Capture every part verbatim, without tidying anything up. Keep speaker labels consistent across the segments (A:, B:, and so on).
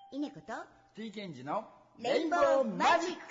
A: 稲子と
B: T ケンジの
A: レインボーマジック。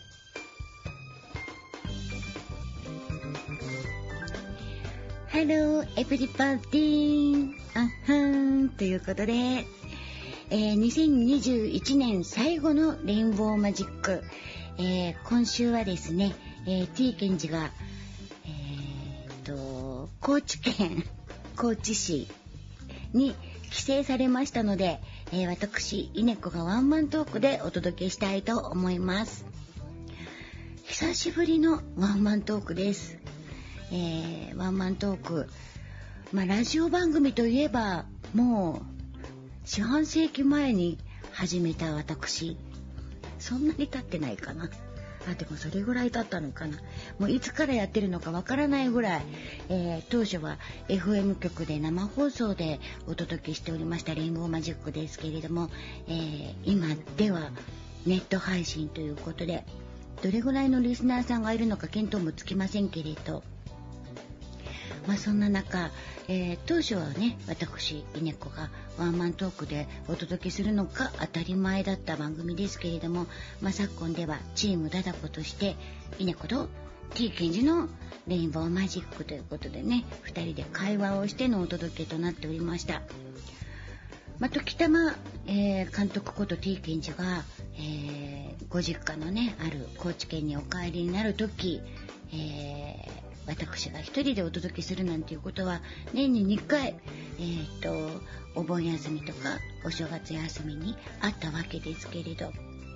A: ハローエブリバディあはんということで、えー、にせんにじゅういちねん最後のレインボーマジック、えー、今週はですね、えー、T ケンジが、えー、と高知県高知市に帰省されましたので、えー、私稲子がワンマントークでお届けしたいと思います。久しぶりのワンマントークです。えー、ワンマントーク、まあ、ラジオ番組といえばもう四半世紀前に始めた私、そんなに経ってないかなあ、でもそれぐらい経ったのかな。もういつからやってるのかわからないぐらい、えー、当初は エフエム 局で生放送でお届けしておりましたレインボーマジックですけれども、えー、今ではネット配信ということで、どれぐらいのリスナーさんがいるのか見当もつきませんけれど、まあ、そんな中、えー、当初はね、私稲子がワンマントークでお届けするのが当たり前だった番組ですけれども、まあ、昨今ではチームダダコとして稲子と T ケンジのレインボーマジックということでね、ふたりで会話をしてのお届けとなっておりました。まあ、時たま、えー、監督こと T ケンジが、えー、ご実家のねある高知県にお帰りになる時、えー私が一人でお届けするなんていうことは年ににかい、えー、とお盆休みとかお正月休みにあったわけですけれど、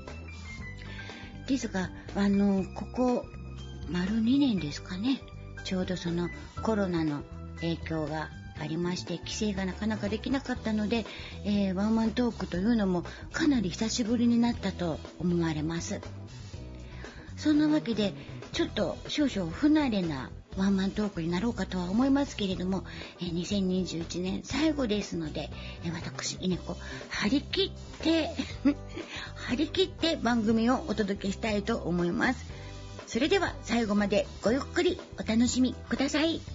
A: ですがあのここ丸にねんですかね、ちょうどそのコロナの影響がありまして帰省がなかなかできなかったので、えー、ワンマントークというのもかなり久しぶりになったと思われます。そんなわけでちょっと少々不慣れなワンマントークになろうかとは思いますけれども、えー、にせんにじゅういちねん最後ですので、えー、私稲子張り切って張り切って番組をお届けしたいと思います。それでは最後までごゆっくりお楽しみください。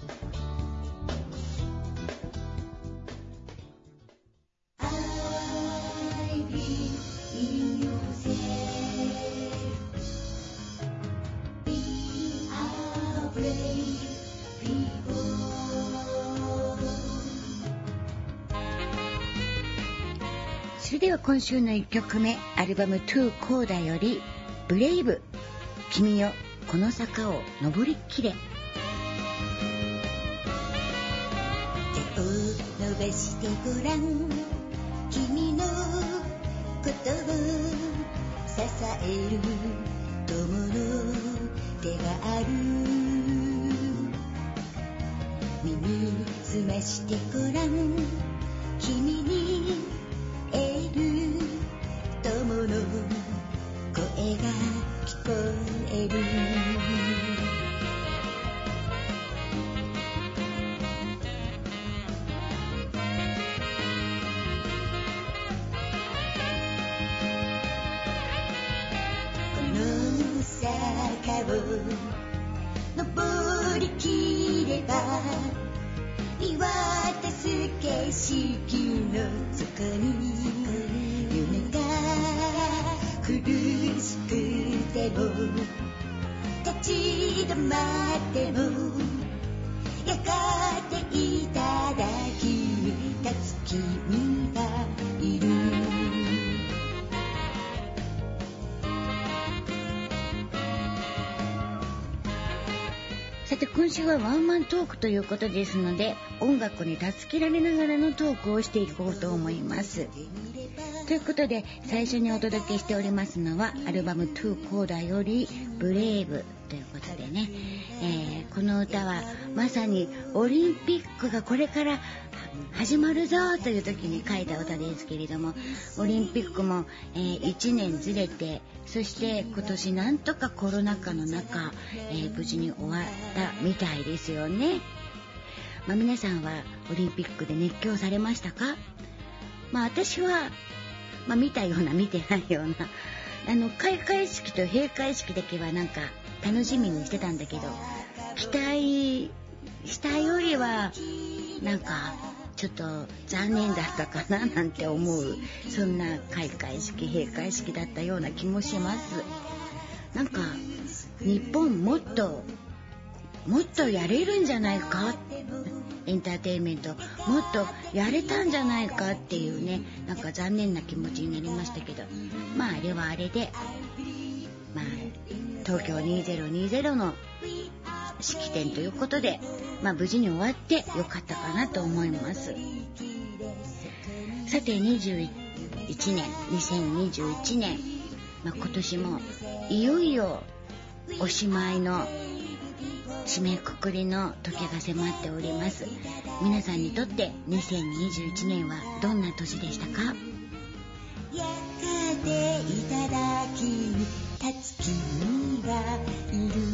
A: それでは今週のいっきょくめ、アルバムトゥーコーダよりブレイブ、君よこの坂を登りきれ。
C: 手を伸ばしてごらん、君のことを支える友の手がある。耳すましてごらん、君にエール友の声が聞こえる。この坂を登りきれば見渡す景色の底に夢が苦しくても立ち止まってもやがていただきに立つ君がいる。
A: さて今週はワンマントークということですので、音楽に助けられながらのトークをしていこうと思います。ということで最初にお届けしておりますのはアルバムトゥーコーダよりブレイブということでね、えー、この歌はまさにオリンピックがこれから始まるぞという時に書いた歌ですけれども、オリンピックも、えー、いちねんずれて、そして今年なんとかコロナ禍の中、えー、無事に終わったみたいですよね。まあ、皆さんはオリンピックで熱狂されましたか？まあ私は、まあ、見たような見てないような、あの開会式と閉会式だけはなんか楽しみにしてたんだけど、期待したよりはなんかちょっと残念だったかななんて思う、そんな開会式閉会式だったような気もします。なんか日本もっともっとやれるんじゃないか、エンターテインメントもっとやれたんじゃないかっていうね、なんか残念な気持ちになりましたけど、まああれはあれで、まあ東京にせんにじゅうの式典ということで、まあ無事に終わってよかったかなと思います。さてにじゅういちねんにせんにじゅういちねん、まあ、今年もいよいよおしまいの締めくくりの時が迫っております。皆さんにとってにせんにじゅういちねんはどんな年でしたか？
C: やがていただきに立つ君がいる。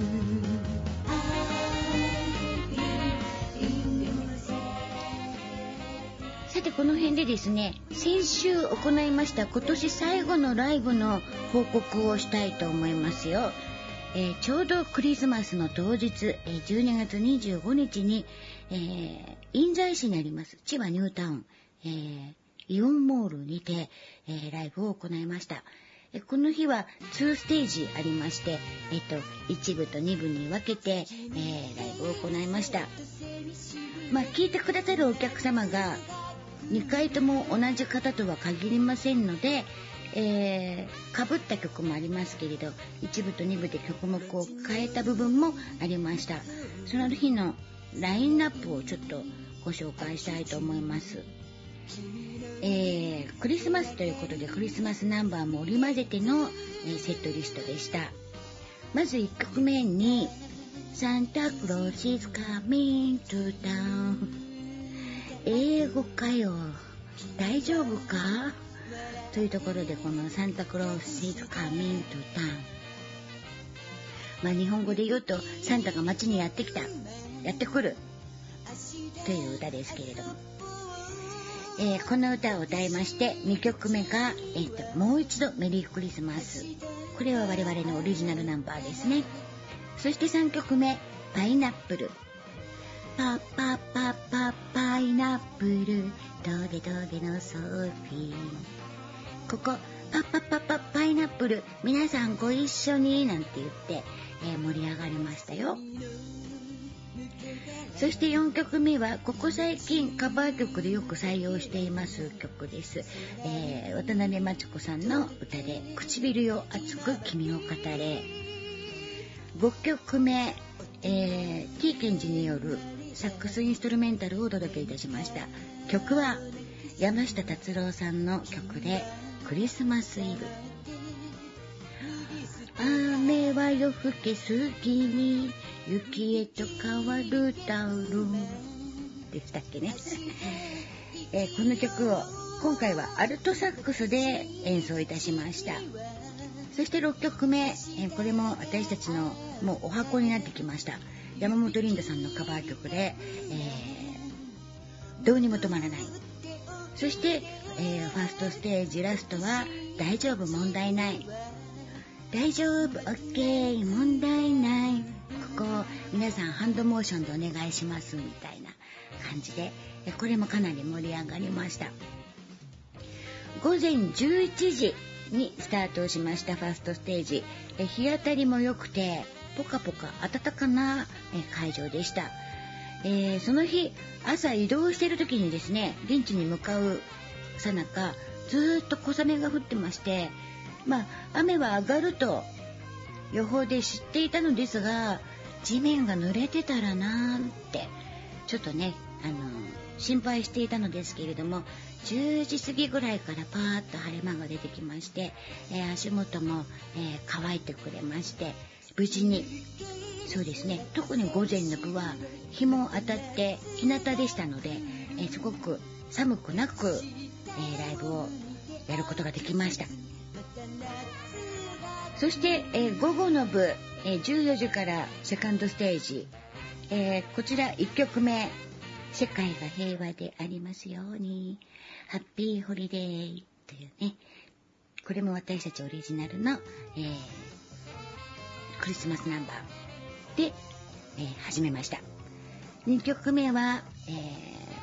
A: さてこの辺でですね、先週行いました今年最後のライブの報告をしたいと思いますよ。えー、ちょうどクリスマスの当日、えー、じゅうにがつにじゅうごにちに、えー、印西市にあります千葉ニュータウン、えー、イオンモールにて、えー、ライブを行いました。えー、この日はにステージありまして、えー、といち部とに部に分けて、えー、ライブを行いました。まあ、聞いてくださるお客様がにかいとも同じ方とは限りませんので、えー、被った曲もありますけれど、いち部とに部で曲目を変えた部分もありました。その日のラインナップをちょっとご紹介したいと思います。えー、クリスマスということでクリスマスナンバーも織り交ぜての、えー、セットリストでした。まずいっきょくめにサンタクロース is coming to town。 英語かよ、大丈夫かというところで、このサンタクロース is coming to town、 まあ日本語で言うとサンタが街にやってきた、やってくるという歌ですけれども、えー、この歌を歌いまして、にきょくめが、えー、ともう一度メリークリスマス、これは我々のオリジナルナンバーですね。そしてさんきょくめパイナップル、パパパパパイナップルトゲトゲのソフィー、ここパパパパパイナップル皆さんご一緒になんて言って、えー、盛り上がりましたよ。そしてよんきょくめはここ最近カバー曲でよく採用しています曲です。えー、渡辺真知子さんの歌で唇よ熱く君を語れ。ごきょくめ、えー、T ケンジによるサックスインストゥルメンタルをお届けいたしました。曲は山下達郎さんの曲でクリスマスイブ。雨は夜更けすぎに雪へと変わるだろうでしたっけね、えー、この曲を今回はアルトサックスで演奏いたしました。そしてろっきょくめ、えー、これも私たちのもうお箱になってきました。山本リンダさんのカバー曲で、えー、どうにも止まらない。そして、えー、ファーストステージラストは大丈夫問題ない、大丈夫 OK 問題ない、ここ皆さんハンドモーションでお願いしますみたいな感じで、これもかなり盛り上がりました。ごぜんじゅういちじにスタートしましたファーストステージ、え日当たりも良くてポカポカ暖かな会場でした。えー、その日朝移動している時にですね、現地に向かうさなかずっと小雨が降ってまして、まあ雨は上がると予報で知っていたのですが、地面が濡れてたらなーってちょっとね、あのー、心配していたのですけれども、じゅうじ過ぎぐらいからパーッと晴れ間が出てきまして、えー、足元も、えー、乾いてくれまして、無事に、そうですね、特に午前の部は日も当たって日向でしたので、えー、すごく寒くなく、えー、ライブをやることができました。そして、えー、午後の部、えー、じゅうよじからセカンドステージ、えー、こちらいっきょくめ、世界が平和でありますように、ハッピーホリデーというね、これも私たちオリジナルの、えー、クリスマスナンバーで、えー、始めました。にきょくめは、えー、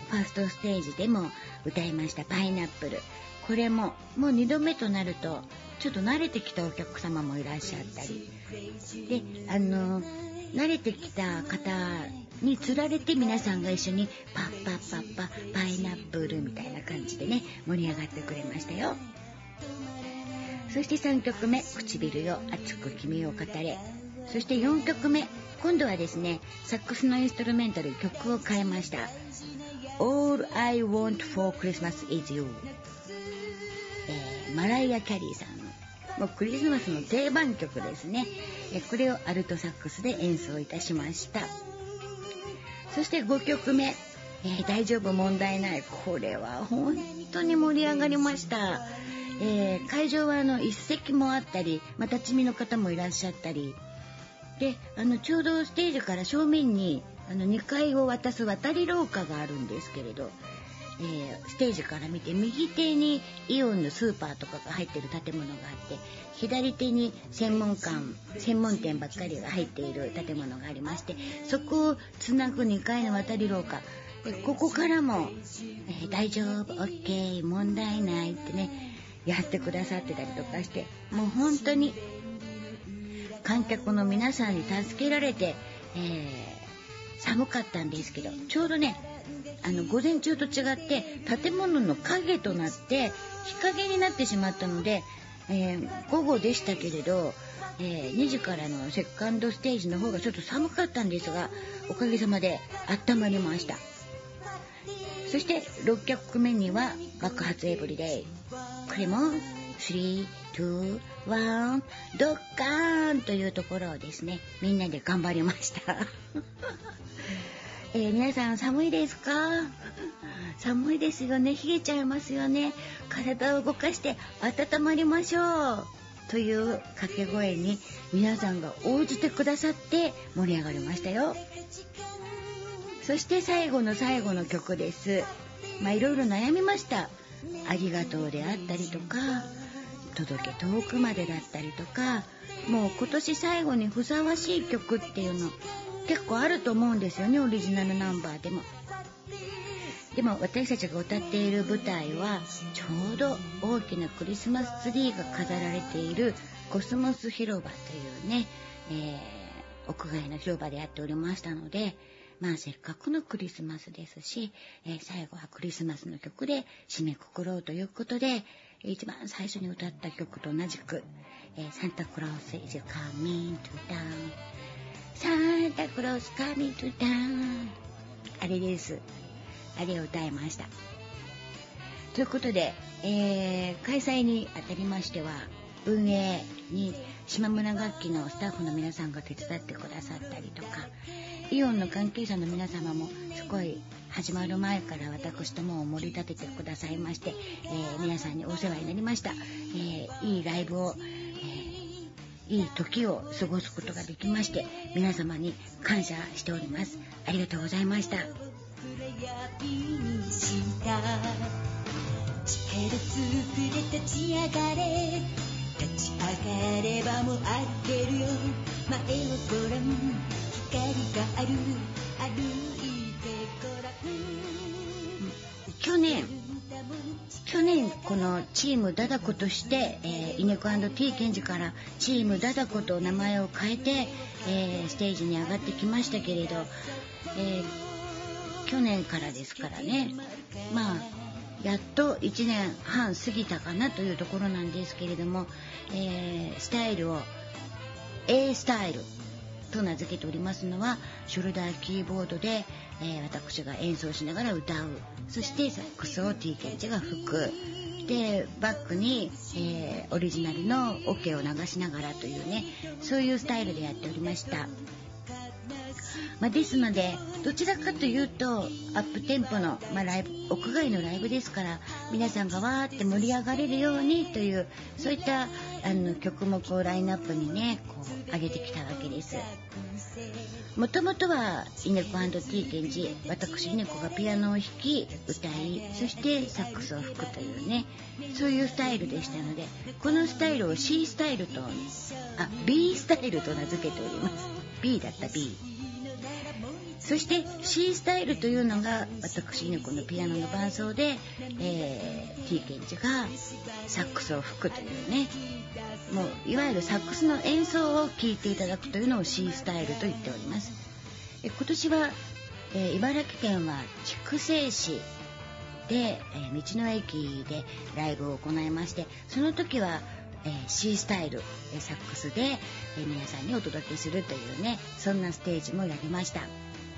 A: ファーストステージでも歌いましたパイナップル。これももうにどめとなるとちょっと慣れてきたお客様もいらっしゃったりで、あの慣れてきた方につられて皆さんが一緒にパッパッパッパパイナップルみたいな感じでね盛り上がってくれましたよ。そしてさんきょくめ唇よ熱く君を語れ。そしてよんきょくめ今度はですねサックスのインストルメンタル曲を変えました。 All I Want for Christmas is You、えー、マライア・キャリーさんのもうクリスマスの定番曲ですね。えこれをアルトサックスで演奏いたしました。そしてごきょくめ、えー、大丈夫問題ない。これは本当に盛り上がりました。えー、会場はあの一席もあったり、まあ、立ち見の方もいらっしゃったりで、あのちょうどステージから正面にあのにかいを渡す渡り廊下があるんですけれど、えー、ステージから見て右手にイオンのスーパーとかが入ってる建物があって、左手に専門館専門店ばっかりが入っている建物がありまして、そこをつなぐにかいの渡り廊下で、ここからも、えー、大丈夫 OK 問題ないってねやってくださってたりとかして、もう本当に観客の皆さんに助けられて、えー、寒かったんですけど、ちょうどねあの午前中と違って建物の影となって日陰になってしまったので、えー、午後でしたけれど、えー、にじからのセカンドステージの方がちょっと寒かったんですが、おかげさまで温まりました。そしてろっきょくめには爆発エブリデイ。これもスリー、ツー、ワンドッカーンというところをですねみんなで頑張りましたえー、皆さん寒いですか？寒いですよね。冷えちゃいますよね。体を動かして温まりましょうという掛け声に皆さんが応じてくださって盛り上がりましたよ。そして最後の最後の曲です。まあいろいろ悩みました。ありがとうであったりとか、届け遠くまでだったりとか、もう今年最後にふさわしい曲っていうの結構あると思うんですよね、オリジナルナンバーでも。でも私たちが歌っている舞台はちょうど大きなクリスマスツリーが飾られているコスモス広場というね、えー、屋外の広場でやっておりましたので、まあせっかくのクリスマスですし、えー、最後はクリスマスの曲で締めくくろうということで、一番最初に歌った曲と同じく、えー、サンタクロース is coming to town、 サンタクロース coming to town、 あれです。あれを歌いました。ということで、えー、開催にあたりましては運営に島村楽器のスタッフの皆さんが手伝ってくださったりとか、イオンの関係者の皆様もすごい始まる前から私どもを盛り立ててくださいまして、えー、皆さんにお世話になりました。えー、いいライブを、えー、いい時を過ごすことができまして、皆様に感謝しております。ありがとうございました。
C: 力作れ立ち上がれ、立ち上がればもう歩けるよ、前をごらん光がある、歩いてごらん。
A: 去年去年このチームダダコとして、えー、イネコ&T ケンジからチームダダコと名前を変えて、えー、ステージに上がってきましたけれど、えー、去年からですからね、まあやっといちねんはん過ぎたかなというところなんですけれども、えー、スタイルを A スタイルと名付けておりますのは、ショルダーキーボードで、えー、私が演奏しながら歌う、そしてサックスを T ケンジが吹くで、バックに、えー、オリジナルのオケを流しながらというね、そういうスタイルでやっておりました。まあ、ですのでどちらかというとアップテンポの、まあ、ライブ屋外のライブですから、皆さんがわーって盛り上がれるようにという、そういったあの曲目をラインナップにねこう上げてきたわけです。もともとはイネコ&T ケンジ、私イネコがピアノを弾き歌い、そしてサックスを吹くというね、そういうスタイルでしたので、このスタイルを C スタイルとあ B スタイルと名付けております。 B だった B。 そして C スタイルというのが私のこのピアノの伴奏で、えー、T ケンジがサックスを吹くというね、もういわゆるサックスの演奏を聴いていただくというのを C スタイルと言っております。え今年は、えー、茨城県は筑西市で、えー、道の駅でライブを行いまして、その時は、えー、C スタイル、えー、サックスで、えー、皆さんにお届けするというね、そんなステージもやりました。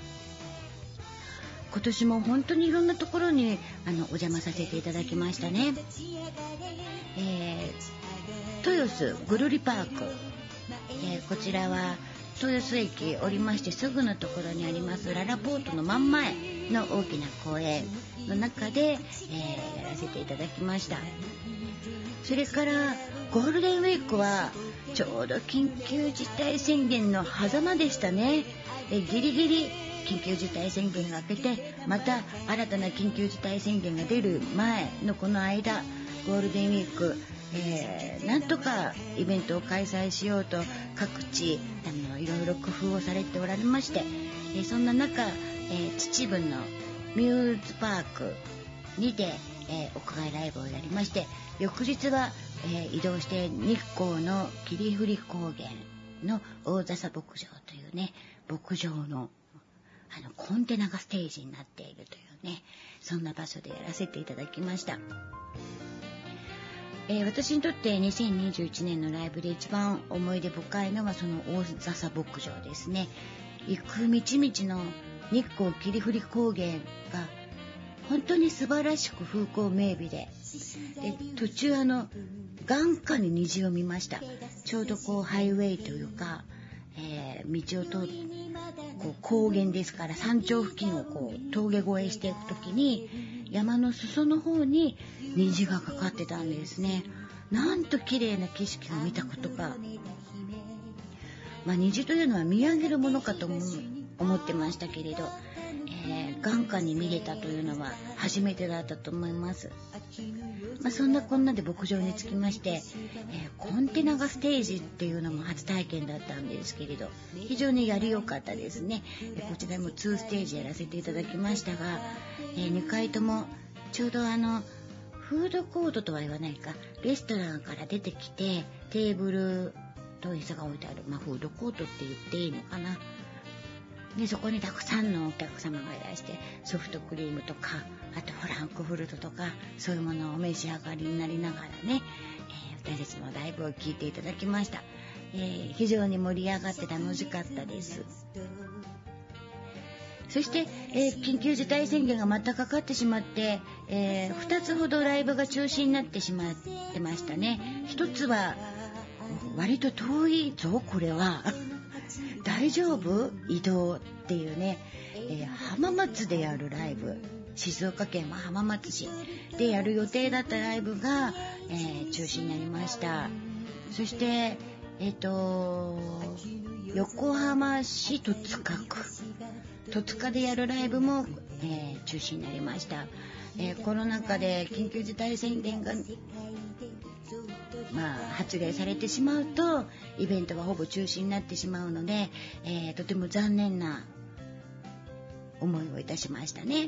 A: 今年も本当にいろんなところにあのお邪魔させていただきましたね。えー、豊洲ぐるりパーク、えー、こちらは豊洲駅降りましてすぐのところにありますララポートの真ん前の大きな公園の中で、えー、やらせていただきました。それからゴールデンウィークはちょうど緊急事態宣言の狭間でしたね。えー、ギリギリ緊急事態宣言が明けてまた新たな緊急事態宣言が出る前のこの間、ゴールデンウィーク、えー、なんとかイベントを開催しようと各地あのいろいろ工夫をされておられまして、えー、そんな中、えー、秩父のミューズパークにて、えー、屋外ライブをやりまして、翌日は、えー、移動して日光の霧降高原の大笹牧場というね、牧場のあのコンテナがステージになっているというね、そんな場所でやらせていただきました。えー、私にとってにせんにじゅういちねんのライブで一番思い出深いのはその大笹牧場ですね。行く道々の日光霧降高原が本当に素晴らしく風光明媚で、で途中あの眼下に虹を見ました。ちょうどこうハイウェイというか、えー、道を通ってこう高原ですから山頂付近をこう峠越えしていくときに山の裾の方に虹がかかってたんですね。なんと綺麗な景色を見たことか。まあ、虹というのは見上げるものかと思ってましたけれど、えー、眼下に見れたというのは初めてだったと思います。まあ、そんなこんなで牧場に着きまして、えー、コンテナがステージっていうのも初体験だったんですけれど、非常にやりよかったですね。えー、こちらもにステージやらせていただきましたが、えー、にかいともちょうどあのフードコートとは言わないか、レストランから出てきてテーブルと椅子が置いてある、まあ、フードコートって言っていいのかな。でそこにたくさんのお客様がいらして、ソフトクリームとかあとフランクフルトとかそういうものをお召し上がりになりながらね、えー、私たちのライブを聴いていただきました。えー、非常に盛り上がって楽しかったです。そして、えー、緊急事態宣言がまたかかってしまって、えー、ふたつほどライブが中止になってしまってましたね。ひとつは割と遠いぞこれは大丈夫移動っていうね、えー、浜松でやるライブ、静岡県は浜松市でやる予定だったライブが、えー、中止になりました。そしてえっと横浜市戸塚区戸塚でやるライブも、えー、中止になりました。えー、コロナ禍で緊急事態宣言がまあ、発令されてしまうとイベントはほぼ中止になってしまうので、えー、とても残念な思いをいたしましたね。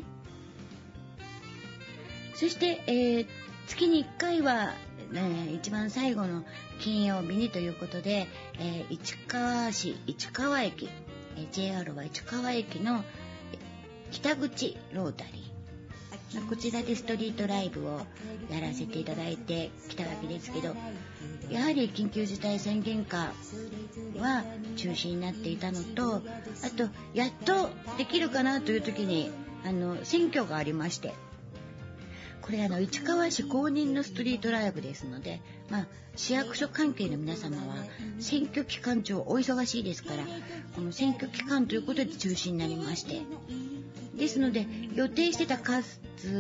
A: そして、えー、月にいっかいは、えー、一番最後の金曜日にということで、えー、市川市市川駅、えー、ジェイアール は市川駅の北口ロータリー、こちらでストリートライブをやらせていただいてきたわけですけど、やはり緊急事態宣言下は中止になっていたのと、あとやっとできるかなという時にあの選挙がありまして、これあの市川市公認のストリートライブですので、まあ、市役所関係の皆様は選挙期間中お忙しいですから、この選挙期間ということで中止になりまして、ですので予定してた数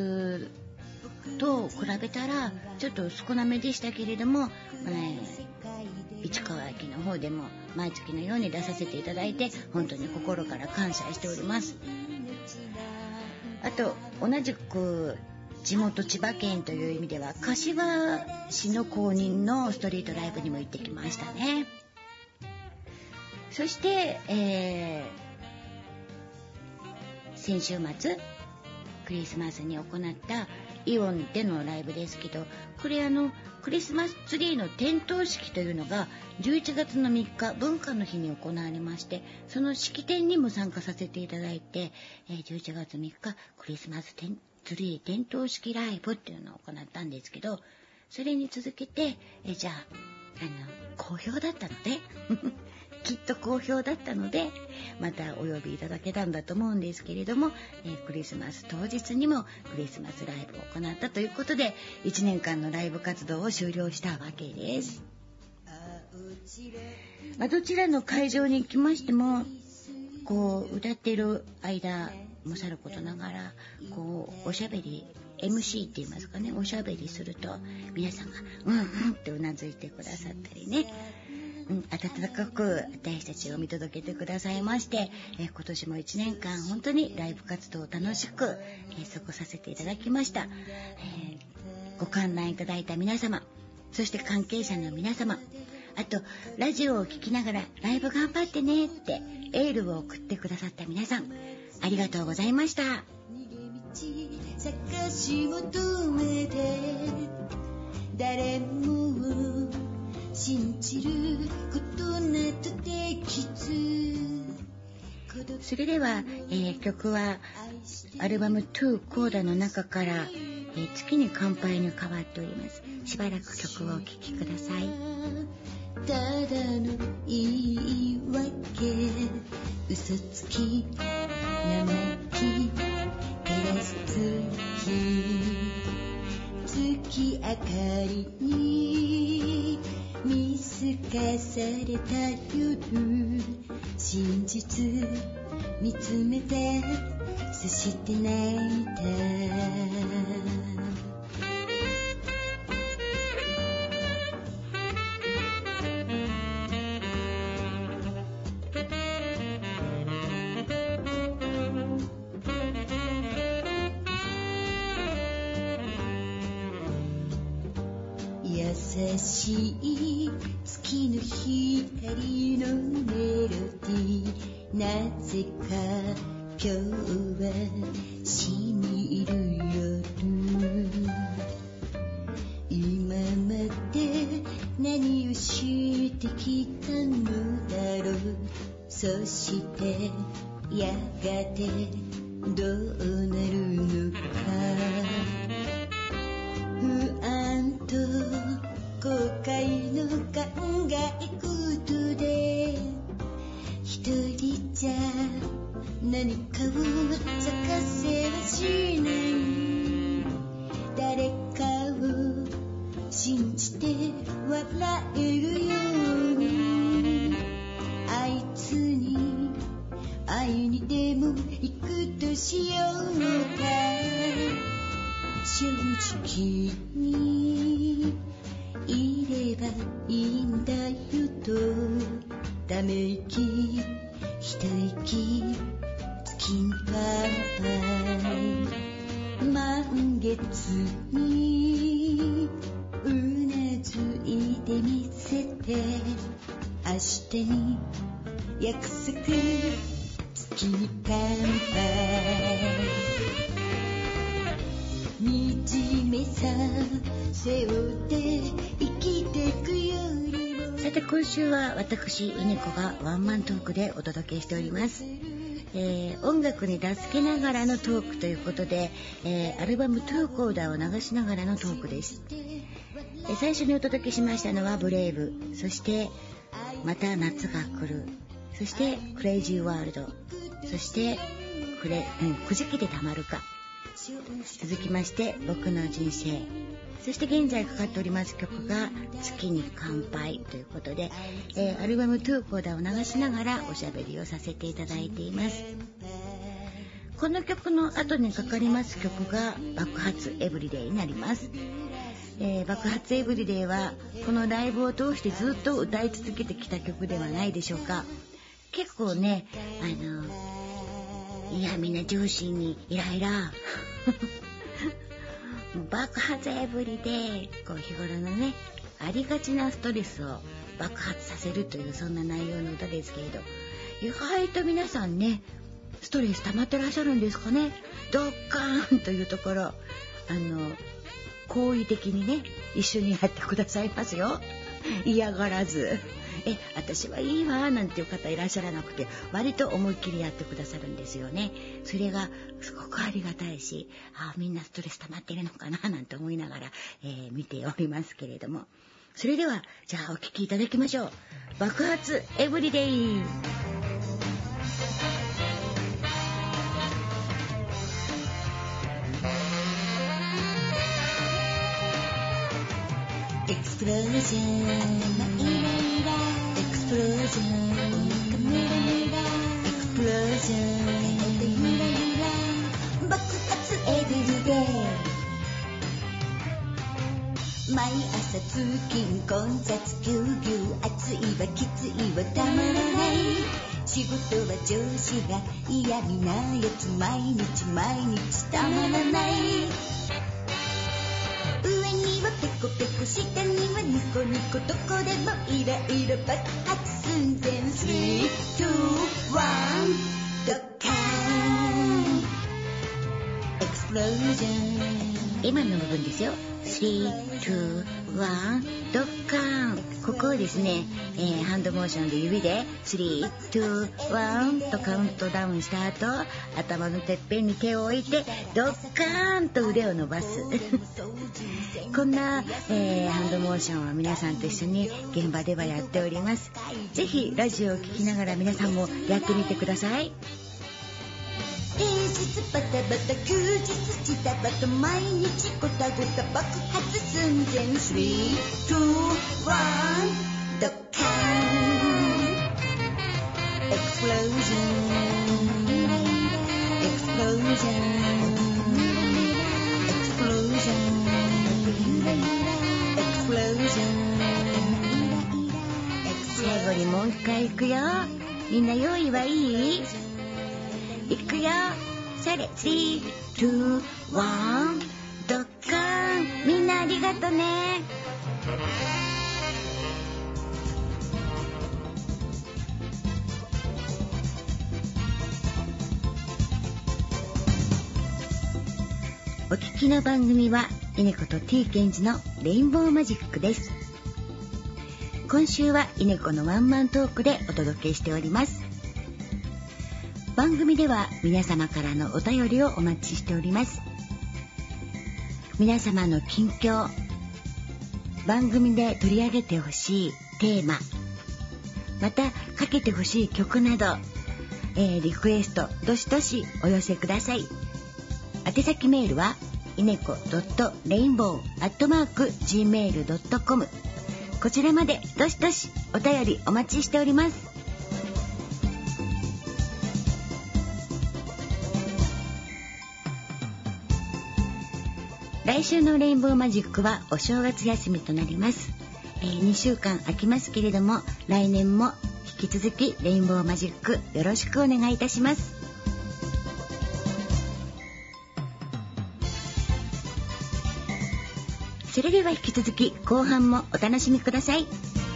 A: と比べたらちょっと少なめでしたけれども、えー、市川駅の方でも毎月のように出させていただいて本当に心から感謝しております。あと同じく地元千葉県という意味では柏市の公認のストリートライブにも行ってきましたね。そして、えー先週末クリスマスに行ったイオンでのライブですけど、これあのクリスマスツリーの点灯式というのがじゅういちがつのみっか文化の日に行われまして、その式典にも参加させていただいて、えー、じゅういちがつみっかクリスマスツリー点灯式ライブっていうのを行ったんですけど、それに続けてえじゃああの好評だったのできっと好評だったのでまたお呼びいただけたんだと思うんですけれども、えー、クリスマス当日にもクリスマスライブを行ったということでいちねんかんのライブ活動を終了したわけです。まあ、どちらの会場に行きましてもこう歌っている間もさることながらこうおしゃべり エムシー って言いますかね、おしゃべりすると皆さんがうんうんってうなずいてくださったりね、うん、温かく私たちを見届けてくださいまして、えー、今年もいちねんかん本当にライブ活動を楽しく、えー、過ごさせていただきました、えー、ご観覧いただいた皆様、そして関係者の皆様、あとラジオを聞きながらライブ頑張ってねってエールを送ってくださった皆さん、ありがとうございました。探し求めて誰も信じることなどできず。それでは、えー、曲はアルバムトゥコーダの中から、えー、月に乾杯に変わっております。しばらく曲をお聴きください。ただの言い訳、嘘つき、生き、照らす月、月明かりに見透かされた夜、真実見つめてそして泣いた。優しい月の光のメロディー、なぜか今日はしみる夜。今まで何をしてきたのだろう、そしてやがてどうなるのか。不安と後悔の考え事で一人じゃ何かを探せはしない。誰かを信じて笑えるように、あいつに会いにでも行くとしようか。正直にいればいいんだよとため息一息月に乾杯、満月にうなずいてみせて、明日に約束月に乾杯。惨めさ背負って生きてくよりも。さて今週は私イネコがワンマントークでお届けしております。えー、音楽に助けながらのトークということで、えー、アルバムトゥーコーダーを流しながらのトークです。えー、最初にお届けしましたのはブレイブ、そしてまた夏が来る、そしてクレイジーワールド、そしてくれ、うん、くじきでたまるか、続きまして僕の人生、そして現在かかっております曲が月に乾杯ということで、えー、アルバムトゥーコーダーを流しながらおしゃべりをさせていただいています。この曲の後にかかります曲が爆発エブリデイになります。えー、爆発エブリデイはこのライブを通してずっと歌い続けてきた曲ではないでしょうか。結構ね、あのいやみんな上司にイライラ爆発エブリデイ、こう日頃のねありがちなストレスを爆発させるというそんな内容の歌ですけれど、意外と皆さんねストレス溜まってらっしゃるんですかね。ドッカーンというところ、あの好意的にね一緒にやってくださいますよ。嫌がらず、え私はいいわなんていう方いらっしゃらなくて、割と思いっきりやってくださるんですよね。それがすごくありがたいし、あみんなストレス溜まってるのかななんて思いながら、えー、見ておりますけれども、それではじゃあお聴きいただきましょう。爆発エブリデイ。
C: エクスプロージョン、イライラエクスプロージョン、お腹ムラムラエクスプロージョン、ユラユラ爆発エブリデイ。毎朝通勤混雑ぎゅうぎゅう、暑いわきついわたまらない。仕事は上司が嫌味なやつ、毎日毎日たまらない。ペコペコ下にはニコニコ、どこでもイライラ爆発寸前。スリー、ツー、ワン、ドッカーンエクスプロージョン。今の部分ですよ。スリー、ツー、ワン、ドッカーン。ここをですね、えー、ハンドモーションで指でスリー、ツー、ワンとカウントダウンした後、頭のてっぺんに手を置いてドッカーンと腕を伸ばすこんな、えー、ハンドモーションは皆さんと一緒に現場ではやっております。ぜひラジオを聞きながら皆さんもやってみてください。平日バタバタ、休日ジタバタ、毎日ゴタゴタ爆発寸前。スリー、ツー、ワン、ドッカーンエクスプロージョン、エクスプロージョン、エクスプロージョン、エクスプロージョン。最後にもう一回いくよ。みんな用意はいい？いくよ。それ、スリー、ツー、ワン、ドッカーン。みんなありがとね。お聞きの番組はイネコと T ケンジのレインボーマジックです。今週はイネコのワンマントークでお届けしております。番組では皆様からのお便りをお待ちしております。皆様の近況、番組で取り上げてほしいテーマ、またかけてほしい曲など、えー、リクエストどしどしお寄せください。宛先メールはイネコドットレインボーアットマークジーメールドットコム。こちらまでどしどしお便りお待ちしております。来週のレインボーマジックはお正月休みとなります。えー、にしゅうかん空きますけれども、来年も引き続きレインボーマジックよろしくお願いいたします。それでは引き続き後半もお楽しみください。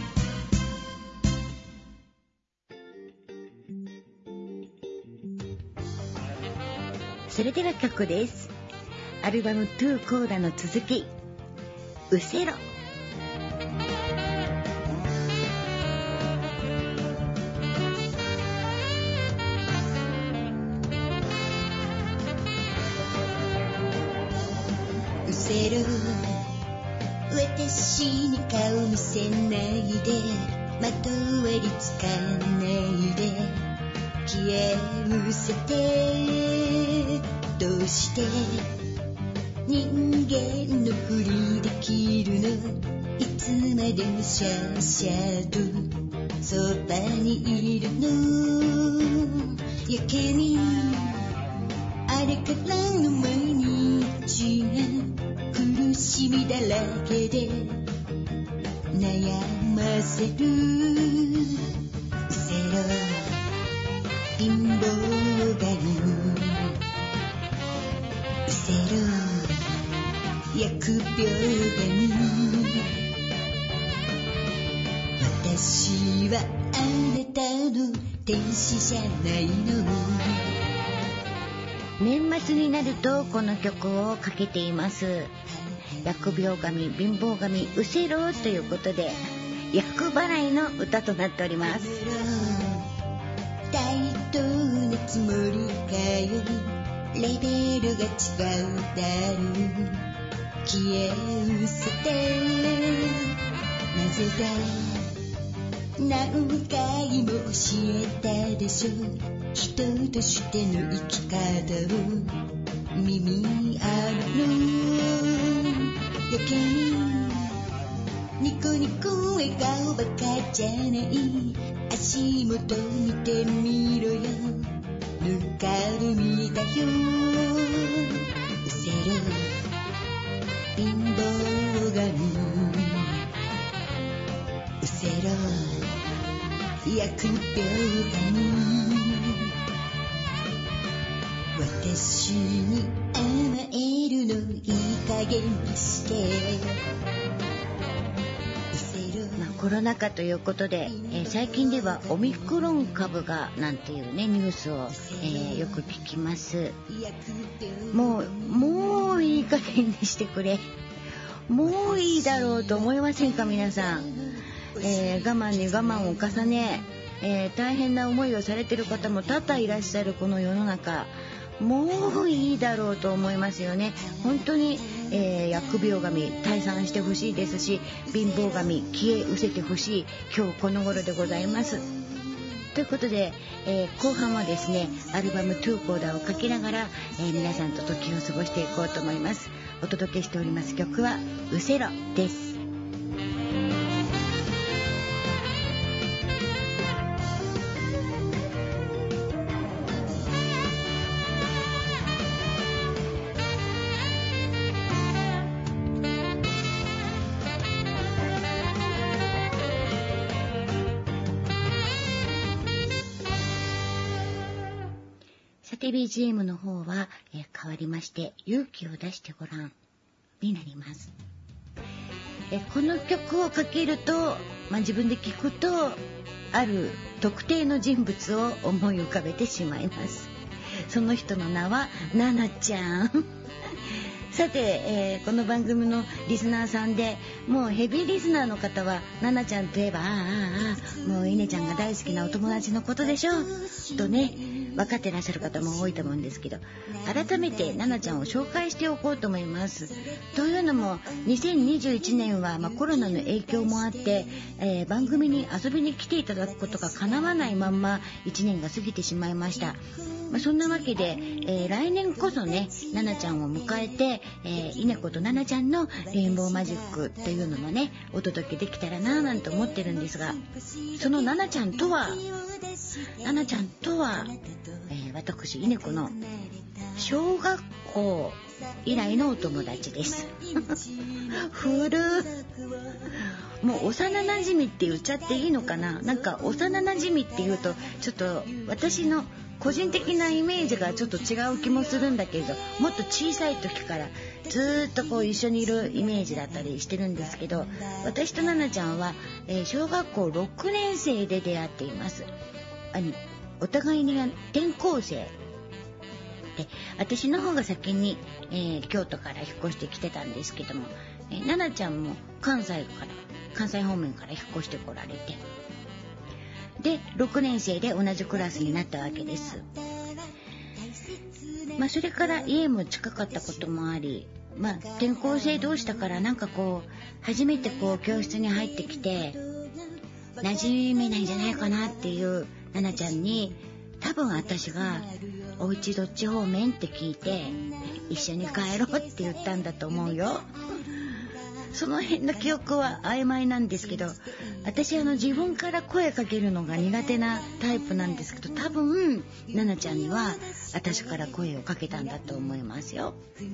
C: それでは曲です。アルバムトゥーコーダの続き、うせろ。うせろ、私に顔見せないで、まとわりつかないで、消え失せて、どうして人間のふりできるの、いつまでもシャシャとそばにいるの。やけにあれからの毎日が苦しみだらけで悩ませる。うせろ貧乏がり、うせろ疫病神、私はあなたの天使じゃないの。
A: 年末になるとこの曲をかけています。疫病神、貧乏神、うせろということで厄払いの歌となっております。
C: 対等なつもりかよ、レベルが違うだろう、消え失せてなぜだ、何回も教えたでしょ、人としての生き方を耳ある余計にニコニコ笑顔ばかじゃない、足元見てみろよ、ぬかるみだよ、うせろ貧乏神、うせろ疫病神、私に甘えるのいい加減にして、
A: まあ、コロナ禍ということで、えー、最近ではオミクロン株がなんていうねニュースを、えー、よく聞きます。もうもういい加減にしてくれ、もういいだろうと思いませんか皆さん。えー、我慢に我慢を重ね、えー、大変な思いをされている方も多々いらっしゃるこの世の中、もういいだろうと思いますよね。本当に、えー、疫病神退散してほしいですし、貧乏神消え失せてほしい今日この頃でございます。ということで、えー、後半はですねアルバムトゥーコーダーをかけながら、えー、皆さんと時を過ごしていこうと思います。お届けしております曲はうせろです。ビージーエム の方は、えー、変わりまして勇気を出してごらんになります。えー、この曲をかけると、まあ、自分で聞くとある特定の人物を思い浮かべてしまいます。その人の名はナナちゃんさて、えー、この番組のリスナーさんでもうヘビーリスナーの方はナナちゃんといえばああああもうイネちゃんが大好きなお友達のことでしょとね分かってらっしゃる方も多いと思うんですけど、改めてナナちゃんを紹介しておこうと思います。というのもにせんにじゅういちねんは、まあ、コロナの影響もあって、えー、番組に遊びに来ていただくことが叶わないまんまいちねんが過ぎてしまいました。まあ、そんなわけで、えー、来年こそねナナちゃんを迎えて、えー、イネコとナナちゃんのレインボーマジックっていうのもねお届けできたらななんて思ってるんですが、そのナナちゃんとはナナちゃんとは、えー、私イネコの小学校以来のお友達です古もう幼なじみって言っちゃっていいのかな。なんか幼なじみって言うとちょっと私の個人的なイメージがちょっと違う気もするんだけれど、もっと小さい時からずっとこう一緒にいるイメージだったりしてるんですけど、私とナナちゃんは、えー、小学校ろくねん生で出会っています。あのお互いに転校生で、私の方が先に、えー、京都から引っ越してきてたんですけども、えー、ナナちゃんも関西から関西方面から引っ越してこられて、でろくねん生で同じクラスになったわけです。まあそれから家も近かったこともあり、まあ転校生同士だからなんかこう初めてこう教室に入ってきて馴染めないんじゃないかなっていうナナちゃんに、多分私がお家どっち方面って聞いて一緒に帰ろうって言ったんだと思うよ。その辺の記憶は曖昧なんですけど、私あの自分から声かけるのが苦手なタイプなんですけど、多分ナナちゃんには私から声をかけたんだと思いますよ。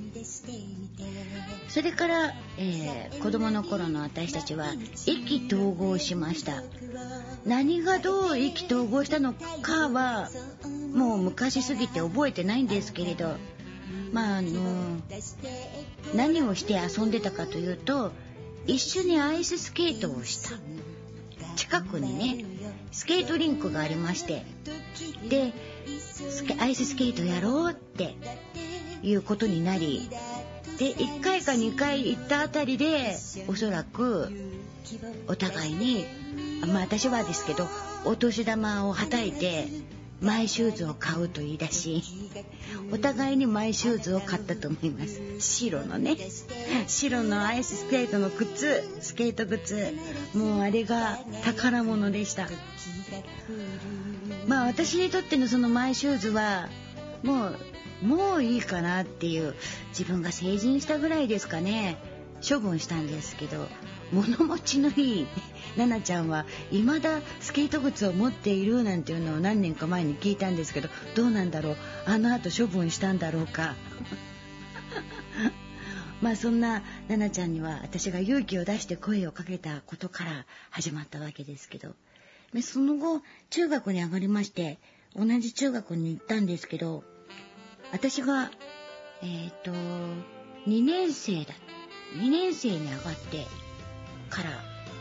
A: それから、えー、子供の頃の私たちは意気投合しました。何がどう意気投合したのかはもう昔すぎて覚えてないんですけれど、まああの何をして遊んでたかというと、一緒にアイススケートをした。近くにねスケートリンクがありまして、でスケアイススケートやろうっていうことになり、でいっかいかにかい行ったあたりでおそらくお互いに、まあ私はですけどお年玉をはたいてマイシューズを買うと言い出し、お互いにマイシューズを買ったと思います。白のね、白のアイススケートの靴、スケート靴、もうあれが宝物でした。まあ私にとってのそのマイシューズはもうもういいかなっていう、自分が成人したぐらいですかね、処分したんですけど、物持ちのいいナナちゃんは未だスケート靴を持っているなんていうのを何年か前に聞いたんですけど、どうなんだろう、あの後処分したんだろうかまあそんなナナちゃんには私が勇気を出して声をかけたことから始まったわけですけど、でその後中学に上がりまして、同じ中学に行ったんですけど、私がえっとにねん生だにねん生に上がってから、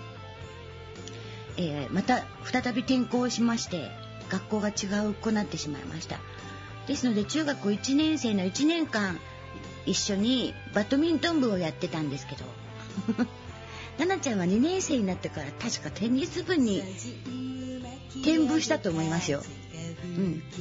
A: えー、また再び転校しまして、学校が違うくなってしまいました。ですので中学いちねん生のいちねんかん一緒にバドミントン部をやってたんですけどナナちゃんはにねん生になってから確かテニス部に転部したと思いますよ。うん、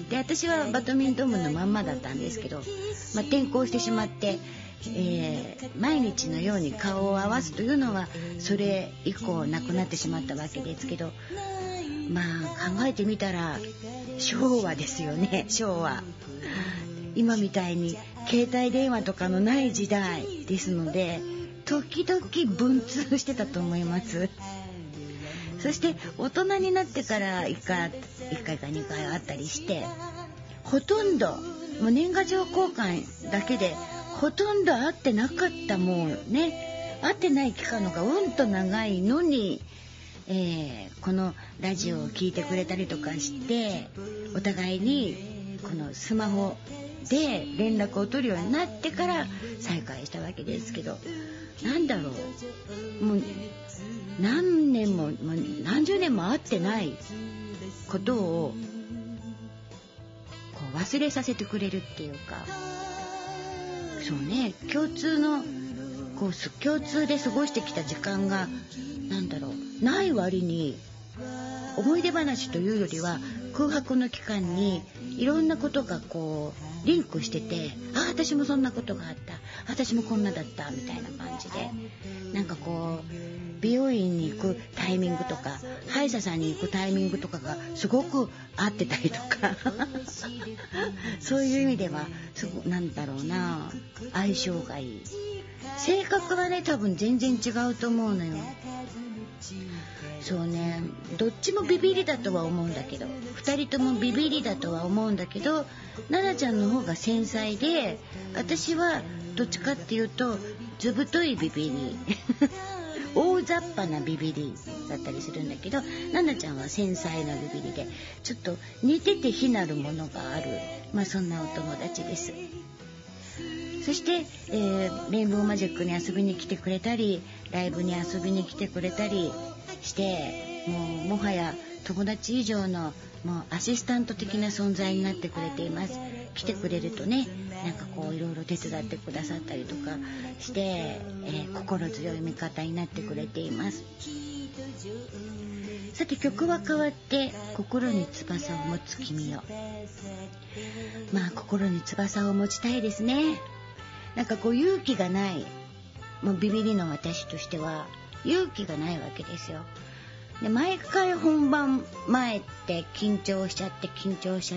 A: で私はバドミントン部のまんまだったんですけど、まあ、転校してしまって、えー、毎日のように顔を合わすというのはそれ以降なくなってしまったわけですけど、まあ考えてみたら昭和ですよね。昭和、今みたいに携帯電話とかのない時代ですので、時々文通してたと思います。そして大人になってからいっかいかにかいあったりして、ほとんどもう年賀状交換だけでほとんど会ってなかった。もうね、会ってない期間のがうんと長いのに、えー、このラジオを聞いてくれたりとかして、お互いにこのスマホで連絡を取るようになってから再会したわけですけど、なんだろう、もう何年も何十年も会ってないことをこう忘れさせてくれるっていうか、そうね、共通のこう共通で過ごしてきた時間がなんだろうない割に、思い出話というよりは空白の期間にいろんなことがこうリンクしてて、あ、私もそんなことがあった、私もこんなだったみたいな感じで、なんかこう美容院に行くタイミングとか歯医者さんに行くタイミングとかがすごく合ってたりとかそういう意味ではすごなんだろうな、相性がいい。性格はね多分全然違うと思うのよ。そうね、どっちもビビりだとは思うんだけど、ふたりともビビりだとは思うんだけど、奈々ちゃんの方が繊細で、私はどっちかっていうとずぶといビビり大雑把なビビりだったりするんだけど、奈々ちゃんは繊細なビビりで、ちょっと似てて非なるものがある、まあそんなお友達です。そして、えー、レインボーマジックに遊びに来てくれたり、ライブに遊びに来てくれたりして、もうもはや友達以上のもうアシスタント的な存在になってくれています。来てくれるとね、なんかこういろいろ手伝ってくださったりとかして、えー、心強い味方になってくれています。さて曲は変わって、心に翼を持つ君よ。まあ心に翼を持ちたいですね。なんかこう勇気がない、もうビビりの私としては勇気がないわけですよ。で毎回本番前って緊張しちゃって緊張しちゃって、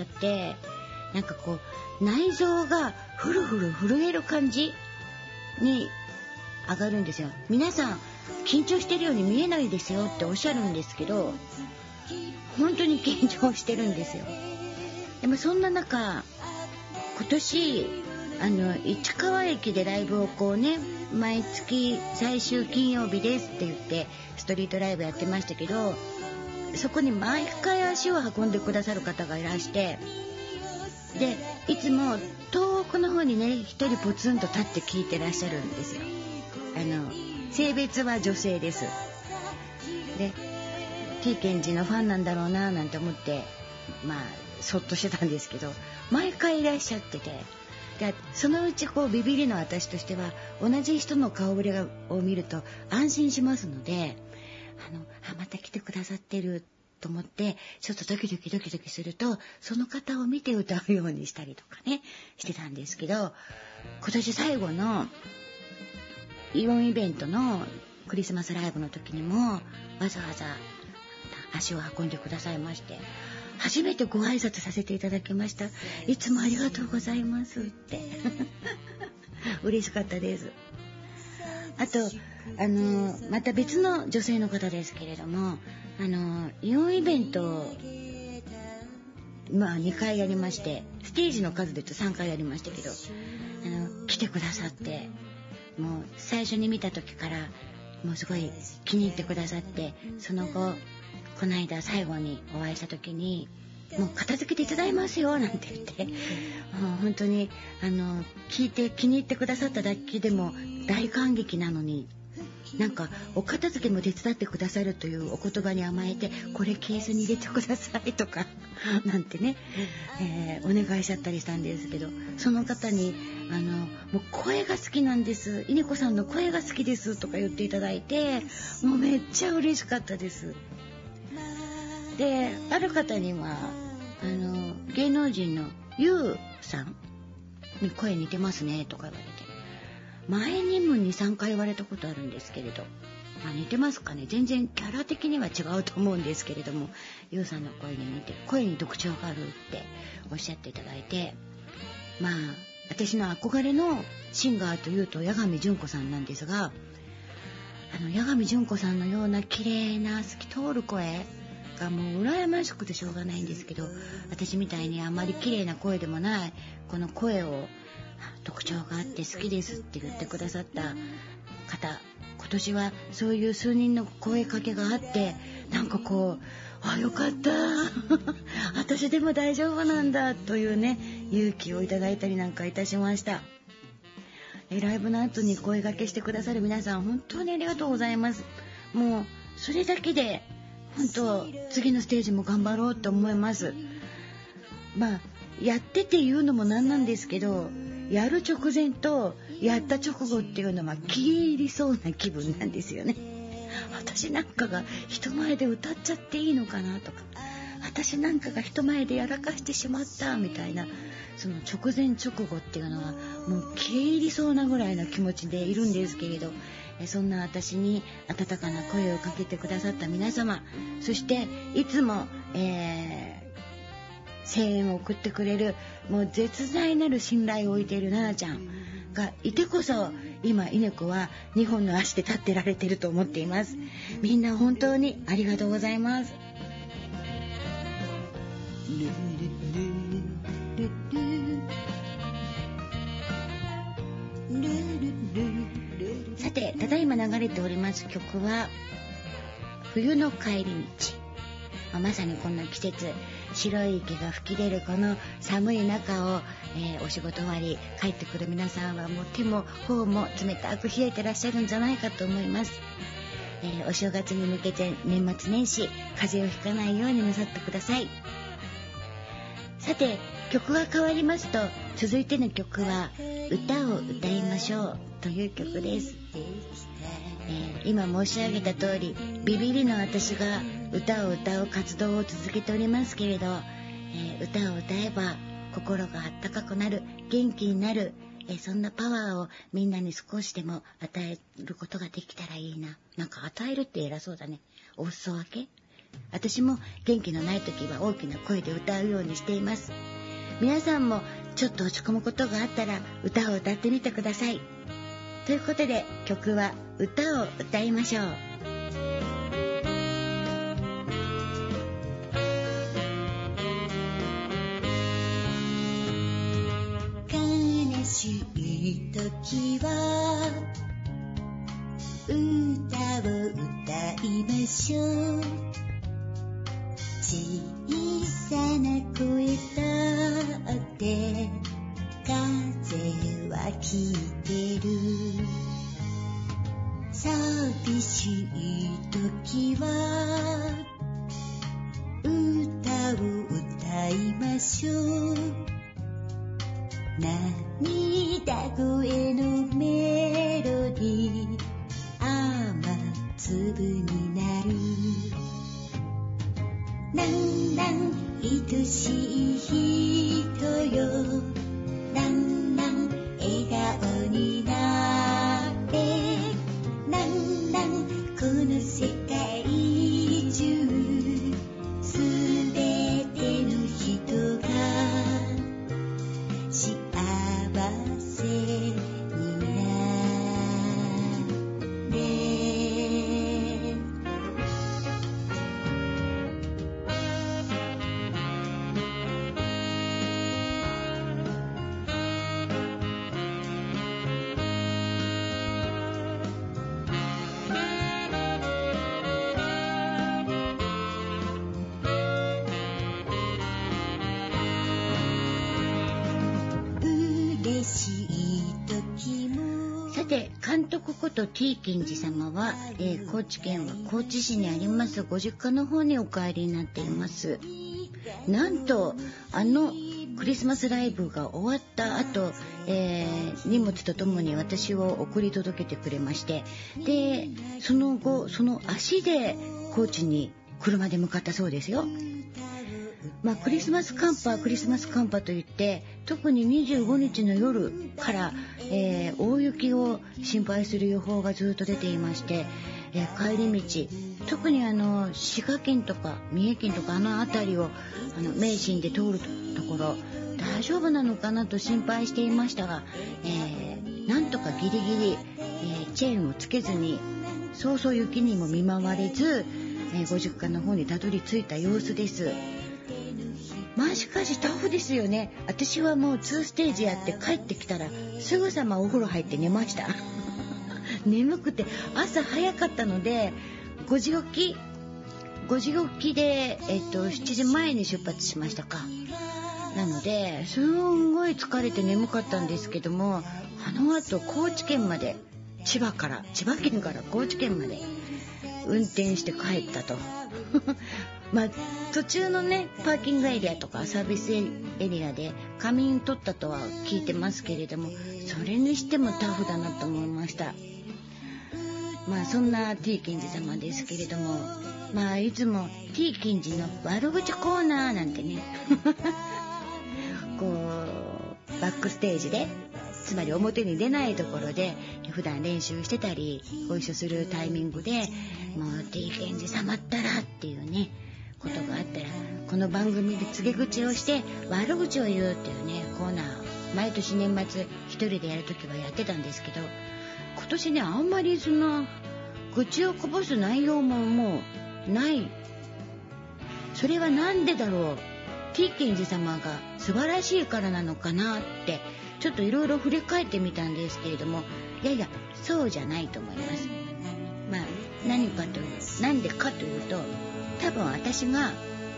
A: なんかこう内臓がフルフル震える感じに上がるんですよ。皆さん緊張してるように見えないですよっておっしゃるんですけど、本当に緊張してるんですよ。でもそんな中、今年あの市川駅でライブをこうね、毎月最終金曜日ですって言ってストリートライブやってましたけど、そこに毎回足を運んでくださる方がいらして、でいつも遠くの方にね一人ポツンと立って聞いてらっしゃるんですよ。あの性別は女性です。で T ケンジのファンなんだろうななんて思って、まあそっとしてたんですけど、毎回いらっしゃってて、でそのうちこうビビりの私としては同じ人の顔ぶれを見ると安心しますので、あのあまた来てくださってると思ってちょっとドキドキドキドキすると、その方を見て歌うようにしたりとかねしてたんですけど、今年最後のイオンイベントのクリスマスライブの時にもわざわざ足を運んでくださいまして、初めてご挨拶させていただきました。いつもありがとうございますって嬉しかったです。あとあのまた別の女性の方ですけれども、あのイオンイベントまあにかいやりまして、ステージの数で言うとさんかいやりましたけど、あの来てくださって、もう最初に見た時からもうすごい気に入ってくださって、その後この間最後にお会いした時にもう片付けて手伝いますよなんて言って、もう本当にあの聞いて気に入ってくださっただけでも大感激なのに、なんかお片付けも手伝ってくださるというお言葉に甘えて、これケースに入れてくださいとかなんてね、えー、お願いしちゃったりしたんですけど、その方にあのもう声が好きなんです、稲子さんの声が好きですとか言っていただいて、もうめっちゃ嬉しかったです。である方にはあの芸能人のゆうさんに声似てますねとか言われて、前にも にさんかい言われたことあるんですけれど、まあ、似てますかね、全然キャラ的には違うと思うんですけれども、ゆうさんの声に似て、声に特徴があるっておっしゃっていただいて、まあ私の憧れのシンガーというと八神純子さんなんですが、あの八神純子さんのような綺麗な透き通る声がもう羨ましくてしょうがないんですけど、私みたいにあまり綺麗な声でもないこの声を特徴があって好きですって言ってくださった方、今年はそういう数人の声かけがあって、なんかこうあよかった私でも大丈夫なんだというね勇気をいただいたりなんかいたしました。えライブの後に声掛けしてくださる皆さん本当にありがとうございます。もうそれだけで本当次のステージも頑張ろうと思います。まあやってて言うのもなんなんですけど、やる直前とやった直後っていうのは消え入りそうな気分なんですよね。私なんかが人前で歌っちゃっていいのかなとか、私なんかが人前でやらかしてしまったみたいな、その直前直後っていうのはもう消え入りそうなぐらいの気持ちでいるんですけれど、そんな私に温かな声をかけてくださった皆様、そしていつも、えー、声援を送ってくれるもう絶大なる信頼を置いている奈々ちゃんがいてこそ今稲子はにほんの足で立ってられてると思っています。みんな本当にありがとうございます。さてただいま流れております曲は冬の帰り道、まあ、まさにこんな季節、白い息が吹き出るこの寒い中を、えー、お仕事終わり帰ってくる皆さんはもう手も頬も冷たく冷えてらっしゃるんじゃないかと思います。えー、お正月に向けて年末年始風邪をひかないようになさってください。さて曲が変わりますと続いての曲は歌を歌いましょうという曲です。えー、今申し上げた通りビビりの私が歌を歌う活動を続けておりますけれど、えー、歌を歌えば心があったかくなる、元気になる、えー、そんなパワーをみんなに少しでも与えることができたらいいな。なんか与えるって偉そうだね。お裾分け。私も元気のない時は大きな声で歌うようにしています。皆さんもちょっと落ち込むことがあったら歌を歌ってみてください。ということで曲は歌を歌いましょう。
C: 悲しい時は歌を歌いましょう。小さな声だって風は吹いてる。寂しい時は歌を歌会いましょう。涙声のメロディー、雨粒になる。なんなん愛しい人よ、なんなん笑顔になって、なんなんこの世界中すべての人が幸せになれ。
A: さて、監督こと T 金次様は、えー、高知県は高知市にありますご実家の方にお帰りになっています。なんとあのクリスマスライブが終わった後、えー、荷物とともに私を送り届けてくれまして、でその後その足で高知に車で向かったそうですよ。まあ、クリスマス寒波クリスマス寒波といって、特ににじゅうごにちの夜から、えー、大雪を心配する予報がずっと出ていまして、えー、帰り道、特にあの滋賀県とか三重県とかあの辺りをあの名神で通るところ大丈夫なのかなと心配していましたが、えー、なんとかギリギリ、えー、チェーンをつけずにそうそう雪にも見舞われず、えー、ご実家の方にたどり着いた様子です。まあしかしタフですよね。私はもうにステージやって帰ってきたらすぐさまお風呂入って寝ました眠くて朝早かったのでごじ起きごじ起きで、えっと、しちじまえに出発しましたか。なのですんごい疲れて眠かったんですけども、あの後高知県まで、千葉から千葉県から高知県まで運転して帰ったとまあ途中のねパーキングエリアとかサービスエリアで仮眠取ったとは聞いてますけれども、それにしてもタフだなと思いました。まあそんな T 金次様ですけれども、まあいつも T 金次の悪口コーナーなんてねこうバックステージで、つまり表に出ないところで普段練習してたりご一緒するタイミングで、もう T 金次様ったらっていうねことがあったら、この番組で告げ口をして悪口を言うっていうねコーナー、毎年年末一人でやるときはやってたんですけど、今年ねあんまりその愚痴をこぼす内容ももうない。それはなんでだろう、 T 金次様が素晴らしいからなのかなってちょっといろいろ振り返ってみたんですけれども、いやいやそうじゃないと思います。まあ何かというなんでかというと、多分私が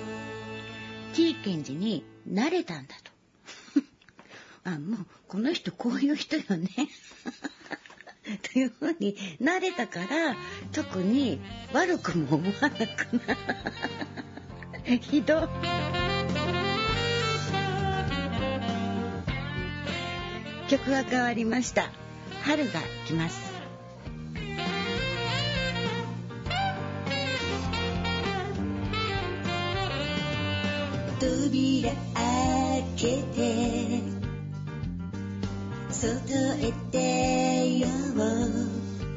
A: T 金次に慣れたんだとあ、もうこの人こういう人よねというふうに慣れたから、特に悪くも思わなくなひどい曲が変わりました。春が来ます。
C: 扉開けて外へ出よう。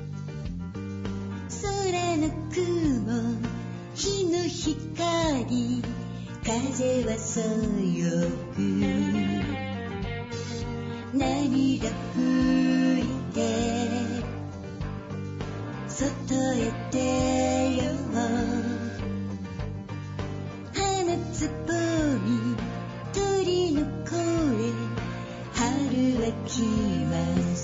C: 空の雲、日の光、風はそよぐ。涙拭いて外へ出よう。花つぼみ、鳥の声、春は来ます。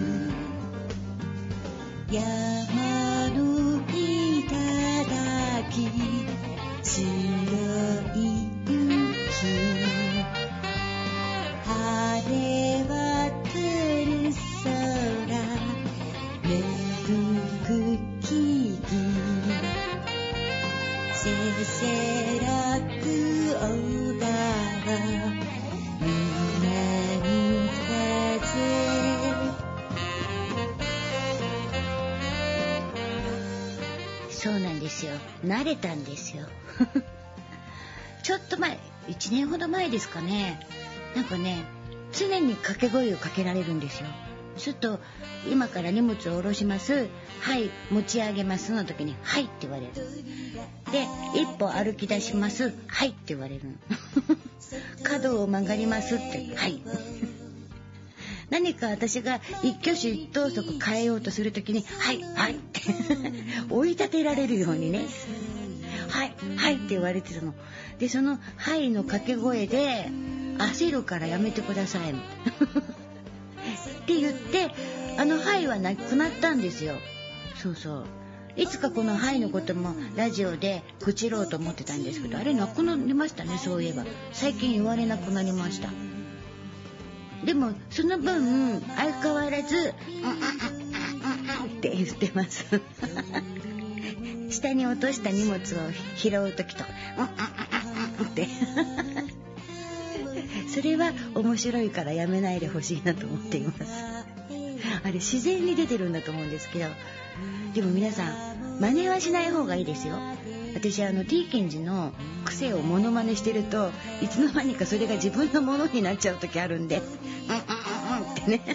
C: 山の頂、白い雪、晴れ渡る空、芽吹く木々、せせらく小川
A: そうなんですよ。慣れたんですよ。ちょっと前、いちねんほど前ですかね。なんかね、常に掛け声をかけられるんですよ。ちょっと今から荷物を下ろします。はい、持ち上げますの時にはいって言われる。で、一歩歩き出します。はいって言われる。角を曲がりますってはい。何か私が一挙手一投足変えようとするときにはいはいって追い立てられるようにね、はいはいって言われてたので、そのはいの掛け声で焦るからやめてくださいって言って、あのはいはなくなったんですよ。そうそう、いつかこのはいのこともラジオで愚痴ろうと思ってたんですけど、あれなくなりましたね。そういえば最近言われなくなりました。でもその分相変わらずって言ってます下に落とした荷物を拾う時とってそれは面白いからやめないでほしいなと思っています。あれ自然に出てるんだと思うんですけど、でも皆さん真似はしない方がいいですよ。私あの T ケンジの癖をモノマネしてるといつの間にかそれが自分のものになっちゃう時あるんで、うんうんうんってね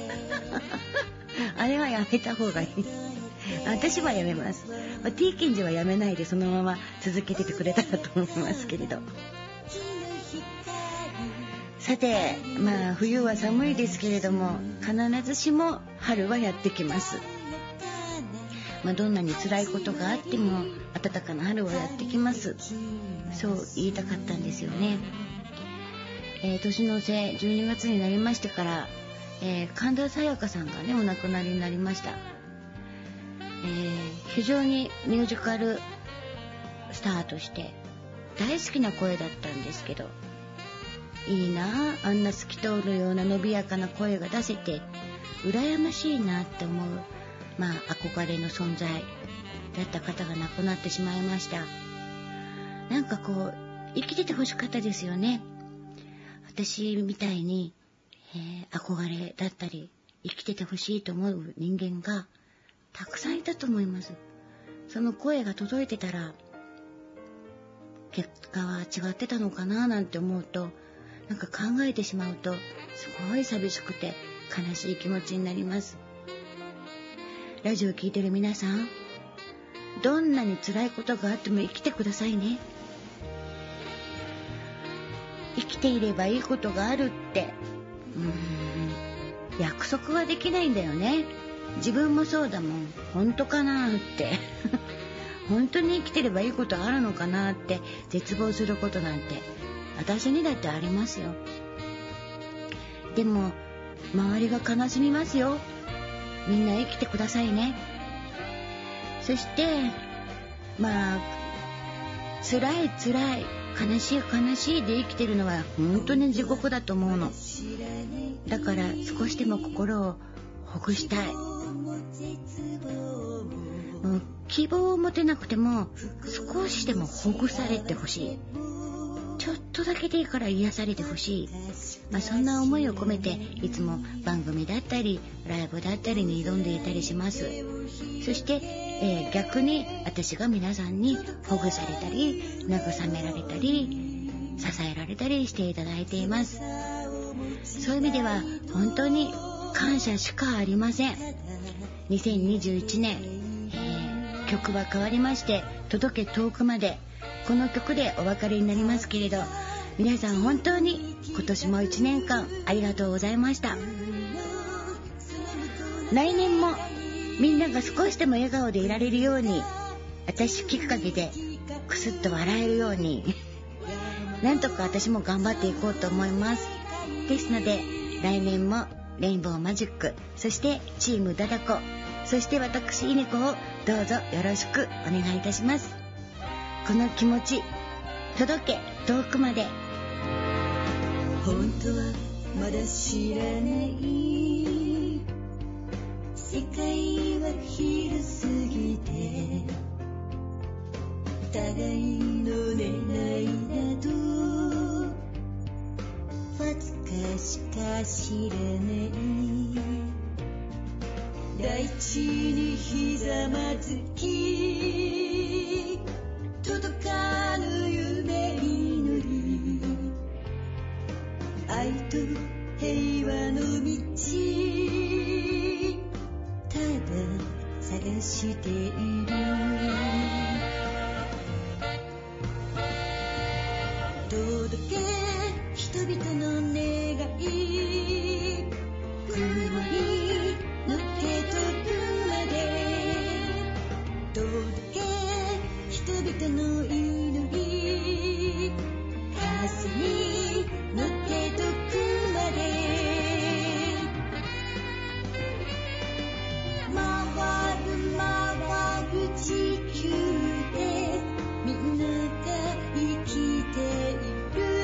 A: あれはやめた方がいい。私はやめます。まあ、T ケンジはやめないでそのまま続けててくれたらと思いますけれど。さて、まあ冬は寒いですけれども必ずしも春はやってきます。まあ、どんなに辛いことがあっても暖かな春はやってきます。そう言いたかったんですよね。えー、年の瀬じゅうにがつになりましてから、えー、神田沙也加さんがねお亡くなりになりました。えー、非常にミュージカルスターとして大好きな声だったんですけど、いいなあ、あんな透き通るような伸びやかな声が出せて羨ましいなって思う、まあ憧れの存在だった方が亡くなってしまいました。なんかこう生きててほしかったですよね。私みたいに、えー、憧れだったり生きててほしいと思う人間がたくさんいたと思います。その声が届いてたら結果は違ってたのかななんて思うと、なんか考えてしまうとすごい寂しくて悲しい気持ちになります。ラジオ聞いてる皆さん、どんなに辛いことがあっても生きてくださいね。生きていればいいことがあるってうーん約束はできないんだよね。自分もそうだもん。本当かなって本当に生きてればいいことあるのかなって絶望することなんて私にだってありますよ。でも周りが悲しみますよ。みんな生きてくださいね。そしてまあ辛い辛い悲しい悲しいで生きてるのは本当に地獄だと思うの。だから少しでも心をほぐしたい。もう希望を持てなくても少しでもほぐされてほしい。ちょっとだけでいいから癒されてほしい、まあ、そんな思いを込めていつも番組だったりライブだったりに挑んでいたりします。そして、えー、逆に私が皆さんにほぐされたり慰められたり支えられたりしていただいています。そういう意味では本当に感謝しかありません。にせんにじゅういちねん、えー、曲は変わりまして届け遠くまで、この曲でお別れになりますけれど、皆さん本当に今年もいちねんかんありがとうございました。来年もみんなが少しでも笑顔でいられるように、私きっかけでクスッと笑えるようになんとか私も頑張っていこうと思います。ですので来年もレインボーマジック、そしてチームダダコ、そして私イネコをどうぞよろしくお願いいたします。この気持ち届け遠くまで。
C: 本当はまだ知らない世界は広すぎて、互いの願いなどわずかしか知らない。 大地にひざまずき届かぬ夢祈り愛と平和の道ただ探している届け人々の願い雲に乗って飛ぶまで届け人々の祈り風に乗って飛ぶまで回る回る地球でみんなが生きている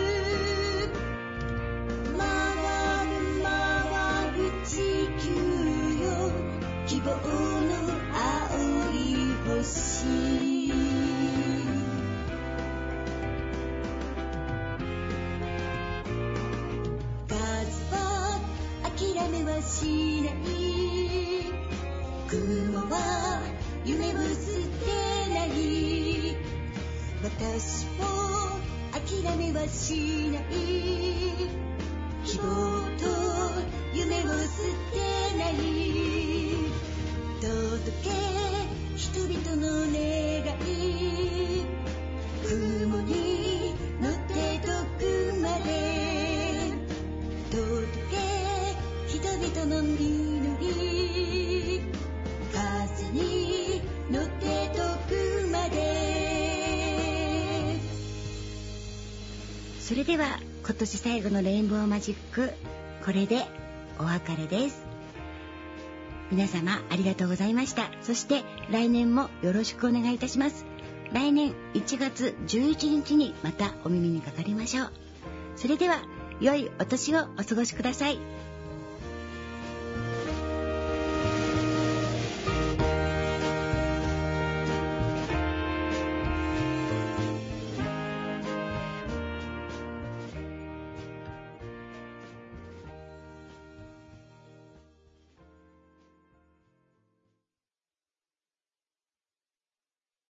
C: 希望の青い星風は諦めはしない雲は夢を捨てない私も諦めはしない希望と夢を捨てない届け人々の願い雲に乗って遠くまで届け人々の祈り風に乗って遠くまで
A: それでは今年最後のレインボーマジックこれでお別れです。皆様ありがとうございました。そして来年もよろしくお願いいたします。来年いちがつじゅういちにちにまたお耳にかかりましょう。それでは良いお年をお過ごしください。